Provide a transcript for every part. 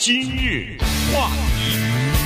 今日话题，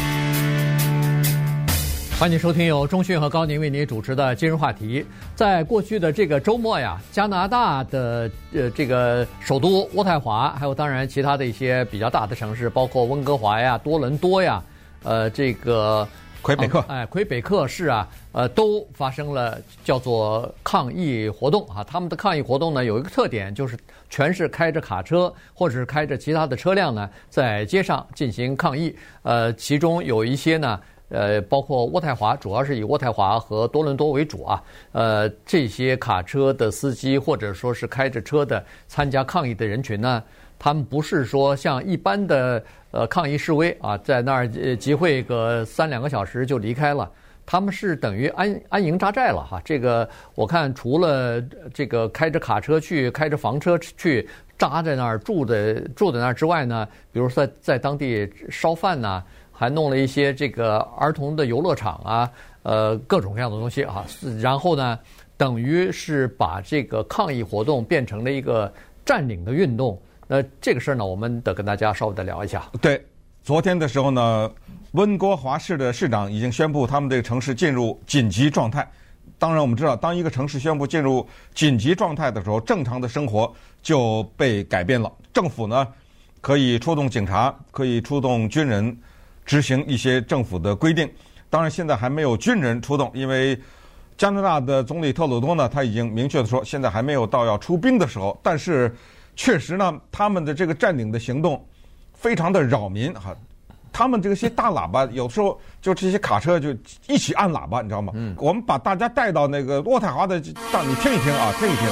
欢迎收听由钟迅和高宁为您主持的今日话题。在过去的这个周末呀，加拿大的这个首都渥太华，还有当然其他的一些比较大的城市，包括温哥华呀、多伦多呀，这个魁北克， 魁北克市啊，都发生了叫做抗议活动啊。他们的抗议活动呢，有一个特点，就是全是开着卡车或者是开着其他的车辆呢，在街上进行抗议。其中有一些呢，包括渥太华，主要是以渥太华和多伦多为主啊。这些卡车的司机或者说是开着车的参加抗议的人群呢，他们不是说像一般的抗议示威啊，在那儿集会个3-2个小时就离开了。他们是等于安营扎寨了哈。这个我看除了这个开着卡车去、开着房车去扎在那儿住在那儿之外呢，比如说在当地烧饭呐，还弄了一些这个儿童的游乐场啊，各种各样的东西啊。然后呢，等于是把这个抗议活动变成了一个占领的运动。这个事儿呢，我们得跟大家稍微的聊一下。 对，昨天的时候呢，温哥华市的市长已经宣布他们这个城市进入紧急状态。当然，我们知道，当一个城市宣布进入紧急状态的时候，正常的生活就被改变了。政府呢，可以出动警察，可以出动军人，执行一些政府的规定。当然，现在还没有军人出动，因为加拿大的总理特鲁多呢，他已经明确的说，现在还没有到要出兵的时候。但是确实呢，他们的这个占领的行动非常的扰民哈。他们这些大喇叭有时候就这些卡车就一起按喇叭，你知道吗？我们把大家带到那个渥太华的，让你听一听啊，听一听。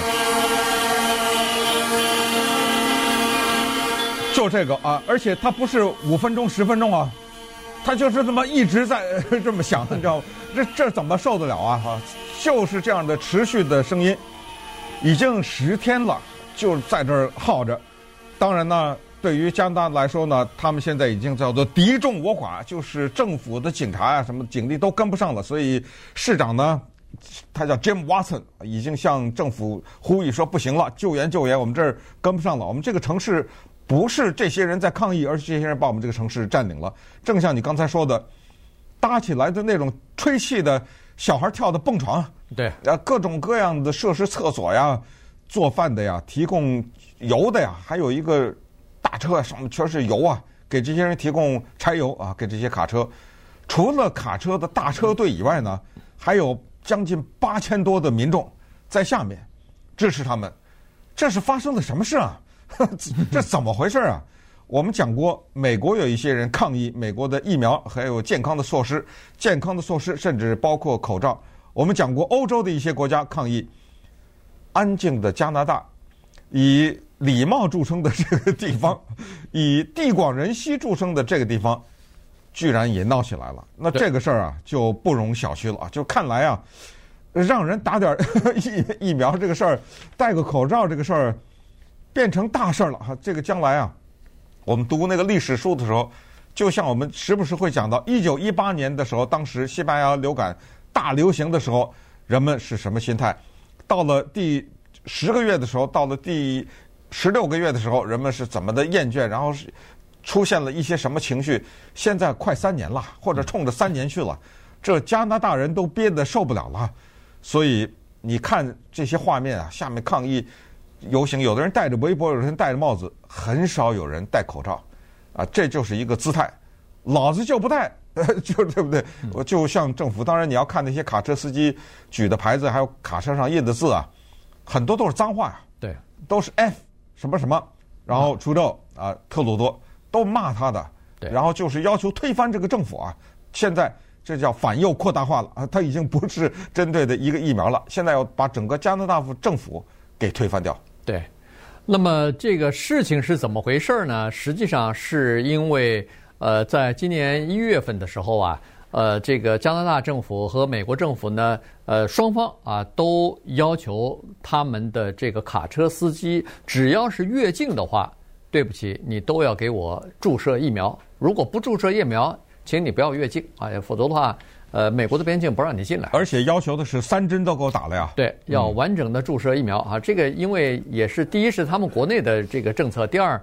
就这个啊，而且它不是5分钟、10分钟啊，它就是这么一直在这么响，你知道吗？这怎么受得了啊？哈，就是这样的持续的声音，已经10天了。就在这儿耗着。当然呢，对于加拿大来说呢，他们现在已经叫做敌众我寡，就是政府的警察呀、什么警力都跟不上了。所以市长呢，他叫 Jim Watson， 已经向政府呼吁说不行了，救援，我们这儿跟不上了。我们这个城市不是这些人在抗议，而是这些人把我们这个城市占领了。正像你刚才说的，搭起来的那种吹气的小孩跳的蹦床， 对， 各种各样的设施，厕所呀。做饭的呀，提供油的呀，还有一个大车上面全是油啊，给这些人提供柴油啊，给这些卡车。除了卡车的大车队以外呢，还有将近8000多的民众在下面支持他们。这是发生了什么事啊？这怎么回事啊？我们讲过，美国有一些人抗议美国的疫苗还有健康的措施，甚至包括口罩。我们讲过欧洲的一些国家抗议。安静的加拿大，以礼貌著称的这个地方，以地广人稀著称的这个地方，居然也闹起来了。那这个事儿啊，就不容小觑了。就看来啊，让人打点疫苗这个事儿，戴个口罩这个事儿，变成大事了哈。这个将来啊，我们读那个历史书的时候，就像我们时不时会讲到1918年的时候，当时西班牙流感大流行的时候，人们是什么心态？到了第10个月的时候，到了第16个月的时候，人们是怎么的厌倦，然后是出现了一些什么情绪？现在快3年了，或者冲着3年去了，这加拿大人都憋得受不了了。所以你看这些画面啊，下面抗议游行，有的人戴着围脖，有的人戴着帽子，很少有人戴口罩，啊，这就是一个姿态，老子就不戴。就对不对？我就像政府，当然你要看那些卡车司机举的牌子，还有卡车上印的字啊，很多都是脏话呀。 对， 都是 F 什么什么，然后出咒啊，特鲁多都骂他的， 对， 然后就是要求推翻这个政府啊。现在这叫反右扩大化了啊，他已经不是针对的一个疫苗了，现在要把整个加拿大政府给推翻掉。 对，那么这个事情是怎么回事呢？实际上是因为在今年1月份的时候啊，这个加拿大政府和美国政府呢，双方啊都要求他们的这个卡车司机，只要是越境的话，对不起，你都要给我注射疫苗。如果不注射疫苗，请你不要越境啊，否则的话，美国的边境不让你进来。 而且要求的是3针都给我打了呀。 对，要完整的注射疫苗啊。这个因为也是第一是他们国内的这个政策，第二。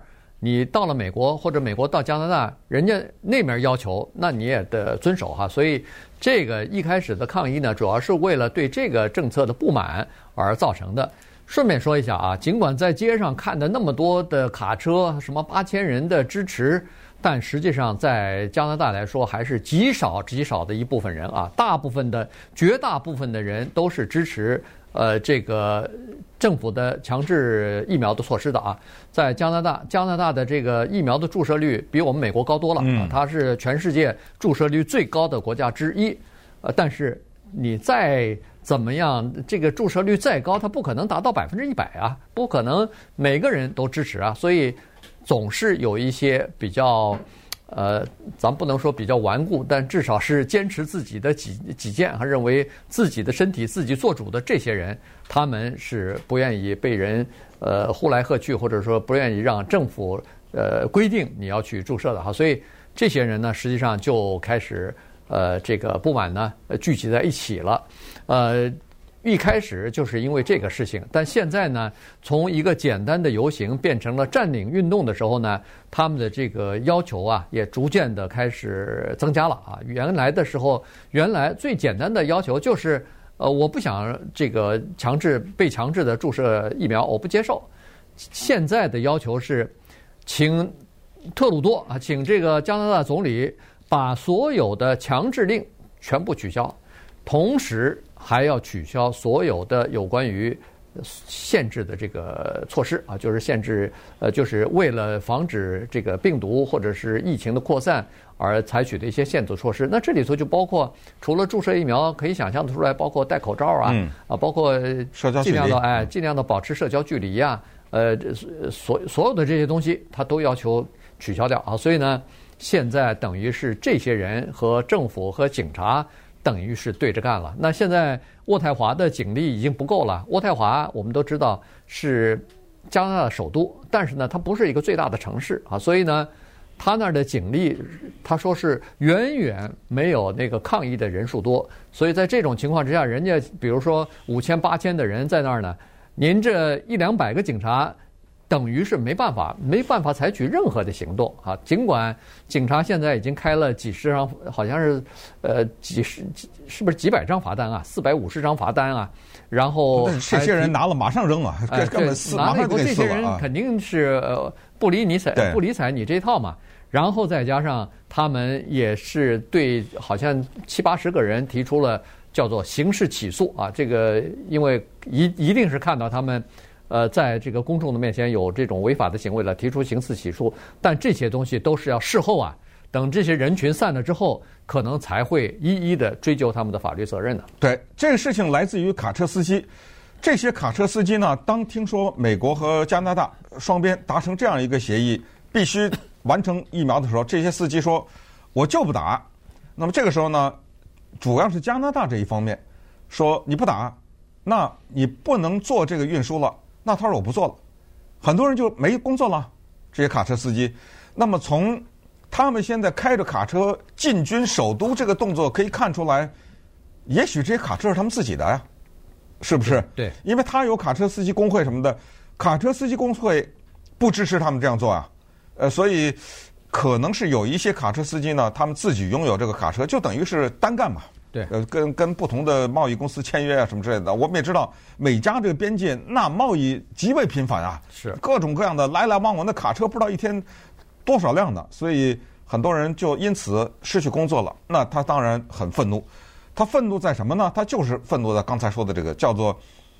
你到了美国或者美国到加拿大，人家那面要求，那你也得遵守哈。所以这个一开始的抗议呢，主要是为了对这个政策的不满而造成的。顺便说一下啊，尽管在街上看的那么多的卡车，什么8000人的支持，但实际上在加拿大来说，还是极少的一部分人啊，绝大部分的人都是支持这个政府的强制疫苗的措施的啊。在加拿大的这个疫苗的注射率比我们美国高多了啊，它是全世界注射率最高的国家之一。但是你再怎么样，这个注射率再高，它不可能达到100%啊，不可能每个人都支持啊，所以总是有一些比较咱不能说比较顽固，但至少是坚持自己的己见，还认为自己的身体自己做主的这些人，他们是不愿意被人呼来喝去，或者说不愿意让政府规定你要去注射的哈。所以这些人呢，实际上就开始这个不满呢聚集在一起了。一开始就是因为这个事情，但现在呢，从一个简单的游行变成了占领运动的时候呢，他们的这个要求啊，也逐渐的开始增加了啊。原来最简单的要求就是，我不想这个被强制的注射疫苗，我不接受。现在的要求是，请特鲁多啊，请这个加拿大总理把所有的强制令全部取消，同时还要取消所有的有关于限制的这个措施啊，就是限制就是为了防止这个病毒或者是疫情的扩散而采取的一些限制措施。那这里头就包括除了注射疫苗，可以想象得出来，包括戴口罩啊，包括尽量的保持社交距离啊，所有的这些东西，它都要求取消掉啊。所以呢，现在等于是这些人和政府和警察等于是对着干了。那现在渥太华的警力已经不够了。渥太华我们都知道是加拿大的首都，但是呢，它不是一个最大的城市啊，所以呢，他那儿的警力，他说是远远没有那个抗议的人数多。所以在这种情况之下，人家比如说5000、8000的人在那儿呢，您这100-200个警察，等于是没办法采取任何的行动啊！尽管警察现在已经开了几十张，好像是是不是几百张罚单啊？450张罚单啊！然后这些人拿了马上扔啊，根本马上就给撕了啊！ 这些人肯定是不理睬你这套嘛。然后再加上他们也是对好像70-80个人提出了叫做刑事起诉啊！这个因为一定是看到他们。在这个公众的面前有这种违法的行为了，提出刑事起诉，但这些东西都是要事后啊，等这些人群散了之后，可能才会一一的追究他们的法律责任的。 对，这个事情来自于卡车司机，这些卡车司机呢，当听说美国和加拿大双边达成这样一个协议，必须完成疫苗的时候，这些司机说我就不打。那么这个时候呢，主要是加拿大这一方面说你不打，那你不能做这个运输了。那他说我不做了，很多人就没工作了，这些卡车司机。那么从他们现在开着卡车进军首都这个动作可以看出来，也许这些卡车是他们自己的呀，是不是？ 对， 因为他有卡车司机工会什么的，卡车司机工会不支持他们这样做啊，所以可能是有一些卡车司机呢，他们自己拥有这个卡车，就等于是单干嘛。 对， 跟不同的贸易公司签约啊什么之类的。我们也知道，美加这个边界那贸易极为频繁啊， 是各种各样的来来往往的卡车，不知道一天多少辆的，所以很多人就因此失去工作了。那他当然很愤怒，他愤怒在什么呢？他就是愤怒在刚才说的这个叫做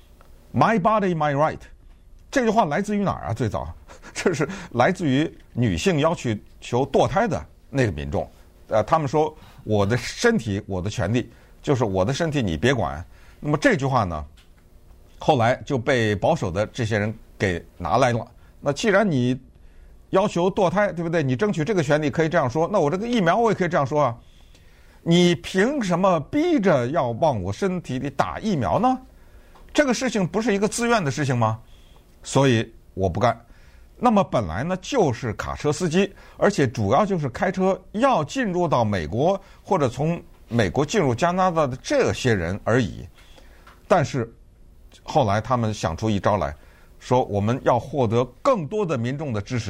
"My body, my right"。这句话来自于哪儿啊？最早这是来自于女性要求堕胎的那个民众，他们说。我的身体，我的权利，就是我的身体你别管。那么这句话呢，后来就被保守的这些人给拿来了。那既然你要求堕胎，对不对？你争取这个权利可以这样说，那我这个疫苗我也可以这样说啊。你凭什么逼着要往我身体里打疫苗呢？这个事情不是一个自愿的事情吗？所以我不干。那么本来呢就是卡车司机，而且主要就是开车要进入到美国或者从美国进入加拿大的这些人而已。但是后来他们想出一招来，说我们要获得更多的民众的支持，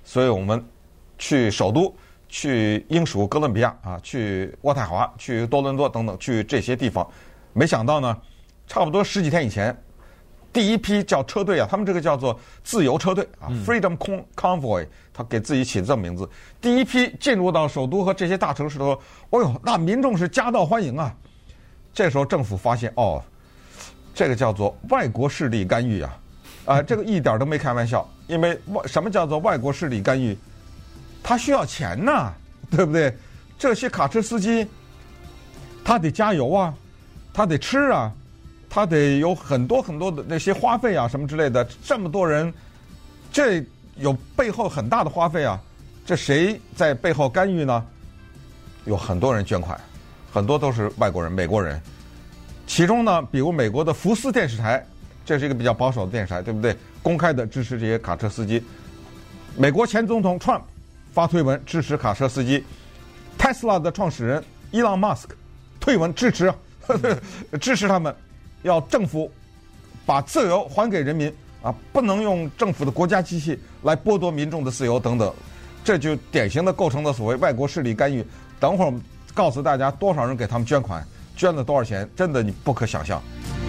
所以我们去首都，去英属哥伦比亚啊，去渥太华，去多伦多等等，去这些地方。没想到呢，差不多十几天以前，第一批叫车队啊，他们这个叫做自由车队啊 ，Freedom Convoy， 他给自己起的这么名字。第一批进入到首都和这些大城市的时候，哦呦，那民众是夹道欢迎啊。这时候政府发现，哦，这个叫做外国势力干预啊，这个一点都没开玩笑。因为什么叫做外国势力干预？他需要钱呐，对不对？这些卡车司机，他得加油啊，他得吃啊，他得有很多很多的那些花费啊，什么之类的。这么多人，这有背后很大的花费啊。这谁在背后干预呢？有很多人捐款。很多都是外国人、美国人，其中呢，比如美国的福斯电视台，这是一个比较保守的电视台，对不对？公开的支持这些卡车司机。美国前总统 Trump 发推文支持卡车司机。Tesla 的创始人伊朗马斯克推文支持他们，要政府把自由还给人民啊，不能用政府的国家机器来剥夺民众的自由等等，这就典型的构成了所谓外国势力干预。等会儿我们告诉大家多少人给他们捐款，捐了多少钱，真的你不可想象。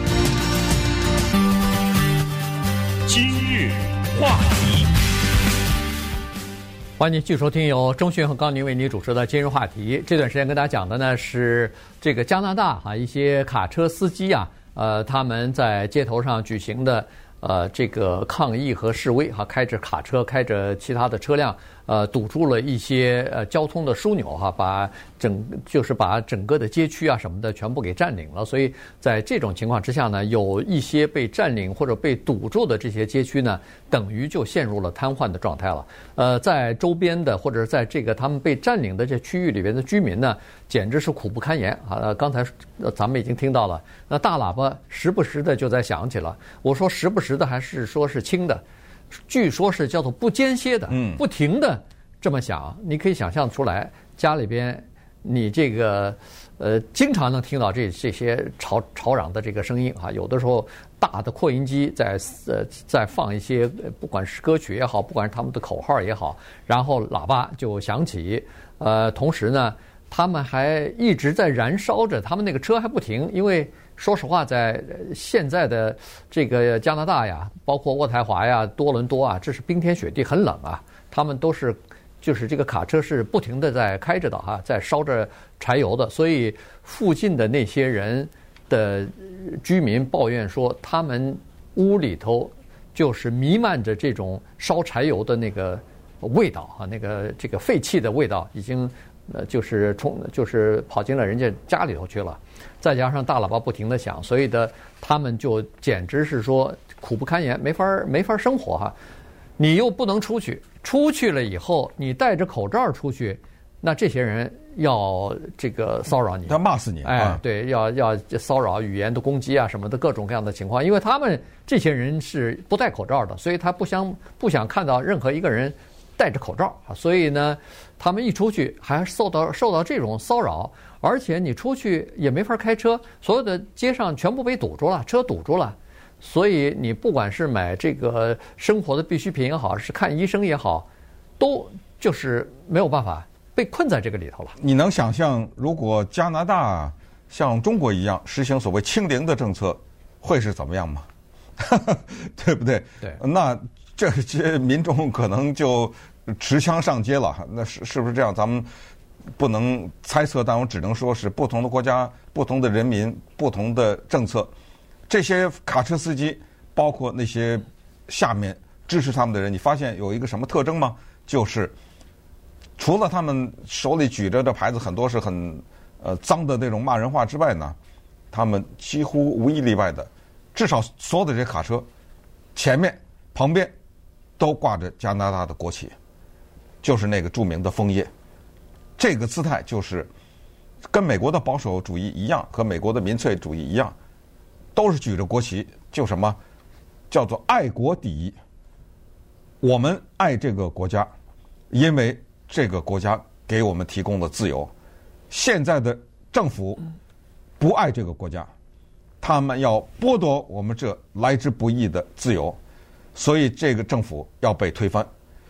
今日话题， 欢迎继续收听由钟迅和高宁为您主持的今日话题。这段时间跟大家讲的呢是这个加拿大一些卡车司机他们在街头上举行的这个抗议和示威开着卡车，开着其他的车辆，堵住了一些交通的枢纽把整个的街区什么的全部给占领了。所以在这种情况之下呢，有一些被占领或者被堵住的这些街区呢，等于就陷入了瘫痪的状态了。在周边的或者在这个他们被占领的这区域里边的居民呢，简直是苦不堪言刚才咱们已经听到了，那大喇叭时不时的就在响起了。我说时不时的还是说是轻的，据说是叫做不间歇的，不停的这么响。你可以想象出来，家里边你这个经常能听到这些吵嚷的这个声音有的时候大的扩音机在放一些不管是歌曲也好，不管是他们的口号也好，然后喇叭就响起。同时呢，他们还一直在燃烧着，他们那个车还不停，因为说实话，在现在的这个加拿大包括渥太华多伦多这是冰天雪地，很冷他们都是就是这个卡车是不停的在开着的在烧着柴油的，所以附近的那些人的居民抱怨说，他们屋里头就是弥漫着这种烧柴油的那个味道那个这个废气的味道已经就是跑进了人家家里头去了，再加上大喇叭不停的响，所以他们就简直是说苦不堪言，没法生活你又不能出去了以后，你戴着口罩出去，那这些人要这个骚扰你， 他骂死你对，要骚扰、语言的攻击什么的各种各样的情况，因为他们这些人是不戴口罩的，所以他不想看到任何一个人戴着口罩所以呢，他们一出去还受到这种骚扰，而且你出去也没法开车，所有的街上全部被堵住了，车堵住了，所以你不管是买这个生活的必需品也好，是看医生也好，都就是没有办法，被困在这个里头了。 你能想象，如果加拿大像中国一样实行所谓清零的政策，会是怎么样吗？对不对？ 对， 那这些民众可能就持枪上街了。那是不是这样？咱们不能猜测，但我只能说是不同的国家、不同的人民、不同的政策。这些卡车司机，包括那些下面支持他们的人，你发现有一个什么特征吗？就是除了他们手里举着的牌子很多是很脏的那种骂人话之外呢，他们几乎无一例外的，至少所有的这些卡车前面、旁边都挂着加拿大的国旗，就是那个著名的枫叶。这个姿态就是跟美国的保守主义一样，和美国的民粹主义一样，都是举着国旗，就什么叫做爱国第一。我们爱这个国家，因为这个国家给我们提供了自由。现在的政府不爱这个国家，他们要剥夺我们这来之不易的自由，所以这个政府要被推翻。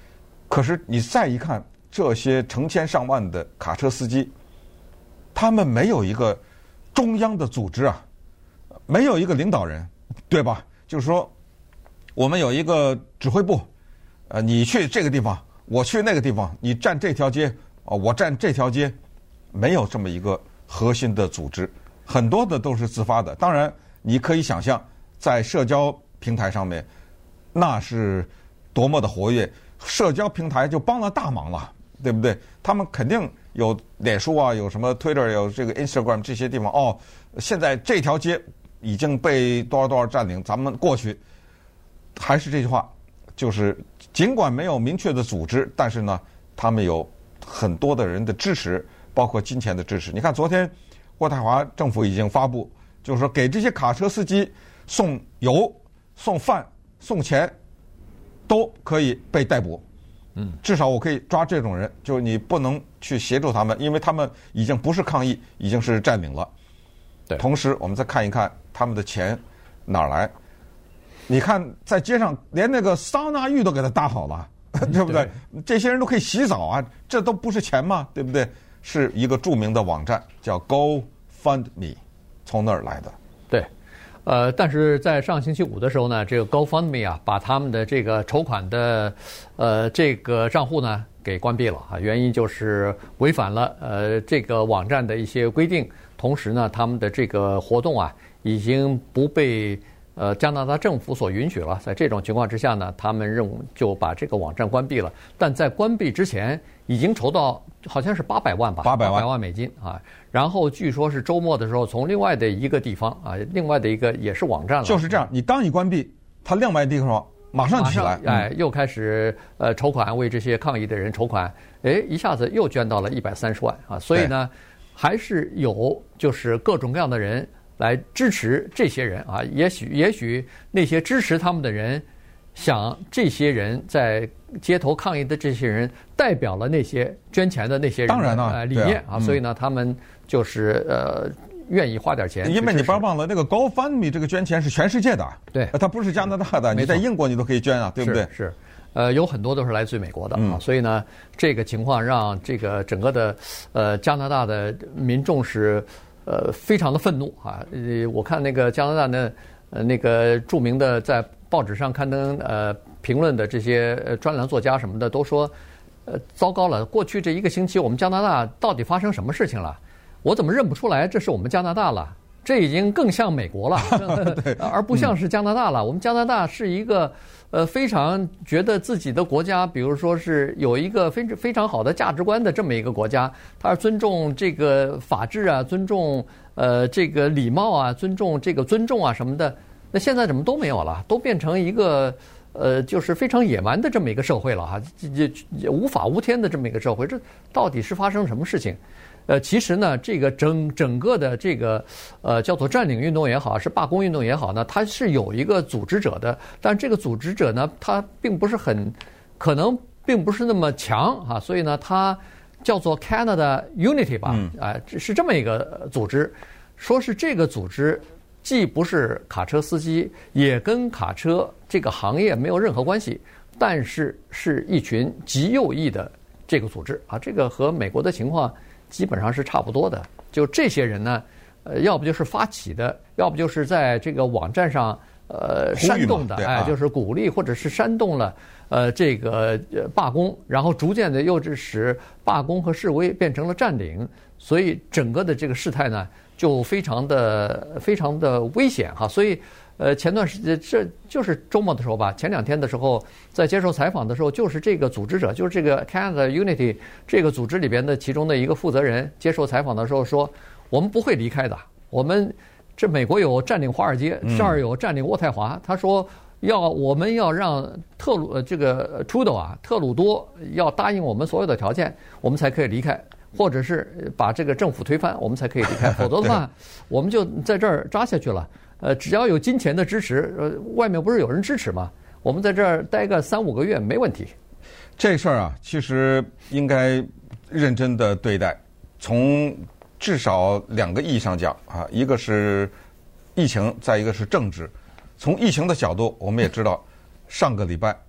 可是你再一看这些成千上万的卡车司机，他们没有一个中央的组织啊，没有一个领导人，对吧？就是说，我们有一个指挥部，你去这个地方，我去那个地方，你站这条街，我站这条街，没有这么一个核心的组织，很多的都是自发的。当然，你可以想象，在社交平台上面，那是多么的活跃，社交平台就帮了大忙了，对不对？他们肯定有脸书啊，有什么 Twitter， 有这个 Instagram 这些地方。哦，现在这条街已经被多少多少占领，咱们过去。还是这句话，就是尽管没有明确的组织，但是呢，他们有很多的人的支持，包括金钱的支持。你看，昨天渥太华政府已经发布，就是说给这些卡车司机送油、送饭、送钱，都可以被逮捕。至少我可以抓这种人，就是你不能去协助他们，因为他们已经不是抗议，已经是占领了。 对。 同时，我们再看一看他们的钱哪儿来。你看，在街上连那个桑拿浴都给他搭好了，对不对？这些人都可以洗澡啊，这都不是钱吗？对不对？是一个著名的网站叫 GoFundMe， 从那儿来的。 对，但是在上星期五的时候呢，这个 GoFundMe 啊，把他们的这个筹款的这个账户呢给关闭了啊，原因就是违反了这个网站的一些规定，同时呢，他们的这个活动啊已经不被加拿大政府所允许了。在这种情况之下呢，他们就把这个网站关闭了。但在关闭之前，已经筹到好像是800万吧，800万美金啊。然后据说是周末的时候，从另外的一个地方啊，另外的一个也是网站了， 就是这样。你刚一关闭，它另外地方马上起来， 又开始筹款，为这些抗议的人筹款，一下子又捐到了130万啊。所以呢，还是有就是各种各样的人来支持这些人啊，也许那些支持他们的人，想这些人在街头抗议的这些人，代表了那些捐钱的那些人当然了理念啊，所以呢，他们就是愿意花点钱。 因为你不要忘了，那个 GoFundMe 这个捐钱是全世界的， 对， 它不是加拿大的，你在英国你都可以捐啊，对不对？ 是。有很多都是来自于美国的啊，所以呢，这个情况让这个整个的加拿大的民众是非常的愤怒啊！我看那个加拿大的那个著名的在报纸上刊登评论的这些专栏作家什么的都说，糟糕了，过去这一个星期我们加拿大到底发生什么事情了？我怎么认不出来这是我们加拿大了？这已经更像美国了，而不像是加拿大了。我们加拿大是一个非常觉得自己的国家，比如说是有一个非常好的价值观的这么一个国家，它是尊重这个法治啊，尊重这个礼貌啊，尊重这个尊重啊什么的。那现在怎么都没有了，都变成一个就是非常野蛮的这么一个社会了哈，也无法无天的这么一个社会，这到底是发生什么事情？其实呢，这个整个的这个叫做占领运动也好，是罢工运动也好呢，它是有一个组织者的，但这个组织者呢，他并不是可能并不是那么强啊，所以呢，它叫做 Canada Unity 吧，是这么一个组织，说是这个组织既不是卡车司机，也跟卡车这个行业没有任何关系，但是是一群极右翼的这个组织啊，这个和美国的情况基本上是差不多的。就这些人呢，要不就是发起的，要不就是在这个网站上煽动的，就是鼓励或者是煽动了这个罢工，然后逐渐的又使罢工和示威变成了占领，所以整个的这个事态呢就非常的危险哈。所以前段时间这就是周末的时候吧，前2天的时候在接受采访的时候，就是这个组织者，就是这个 Canada Unity 这个组织里边的其中的一个负责人接受采访的时候说，我们不会离开的，我们这美国有占领华尔街，这儿有占领渥太华，他说我们要让这个 Trudeau 啊，特鲁多要答应我们所有的条件，我们才可以离开，或者是把这个政府推翻，我们才可以离开，否则的话我们就在这儿扎下去了。只要有金钱的支持，外面不是有人支持吗？我们在这儿待个3-5个月没问题。 这事儿啊，其实应该认真的对待。从至少2个意义上讲啊，一个是疫情，再一个是政治。从疫情的角度，我们也知道，上个礼拜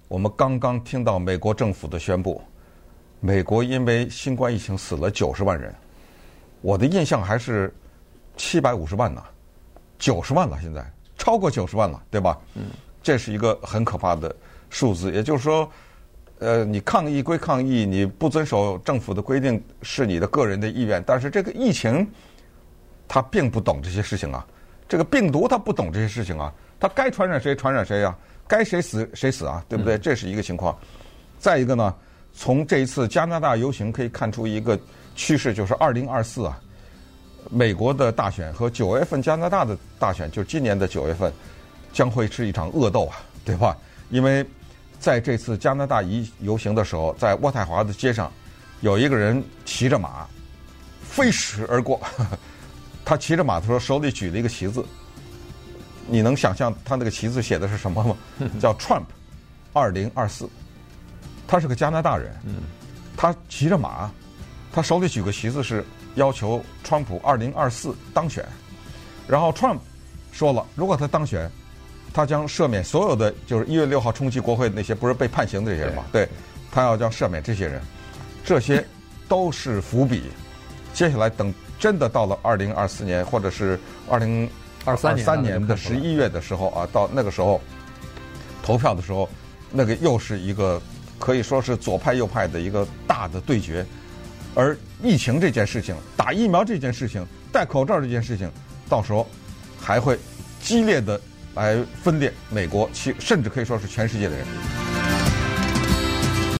我们刚刚听到美国政府的宣布，美国因为新冠疫情死了90万人，我的印象还是750万呢，90万了，现在超过90万了，对吧？这是一个很可怕的数字。也就是说，你抗议归抗议，你不遵守政府的规定是你的个人的意愿，但是这个疫情，它并不懂这些事情啊。这个病毒它不懂这些事情啊，它该传染谁传染谁啊，该谁死谁死啊，对不对？这是一个情况。再一个呢，从这一次加拿大游行可以看出一个趋势，就是2024啊，美国的大选和9月份加拿大的大选，就是今年的9月份，将会是一场恶斗啊，对吧？因为在这次加拿大游行的时候，在渥太华的街上，有一个人骑着马飞驰而过。他骑着马的时候，手里举了一个旗子。你能想象他那个旗子写的是什么吗？叫 Trump 2024。他是个加拿大人，他骑着马，他手里举个旗子是要求川普2024当选。然后 Trump 说了，如果他当选，他将赦免所有的就是1月6号冲击国会的那些不是被判刑的这些人嘛？对，他要将赦免这些人，这些都是伏笔。接下来等真的到了2024年，或者是2023年的11月的时候啊，到那个时候投票的时候，那个又是一个可以说是左派右派的一个大的对决。而疫情这件事情、打疫苗这件事情、戴口罩这件事情，到时候还会激烈的来分裂美国，甚至可以说是全世界的人。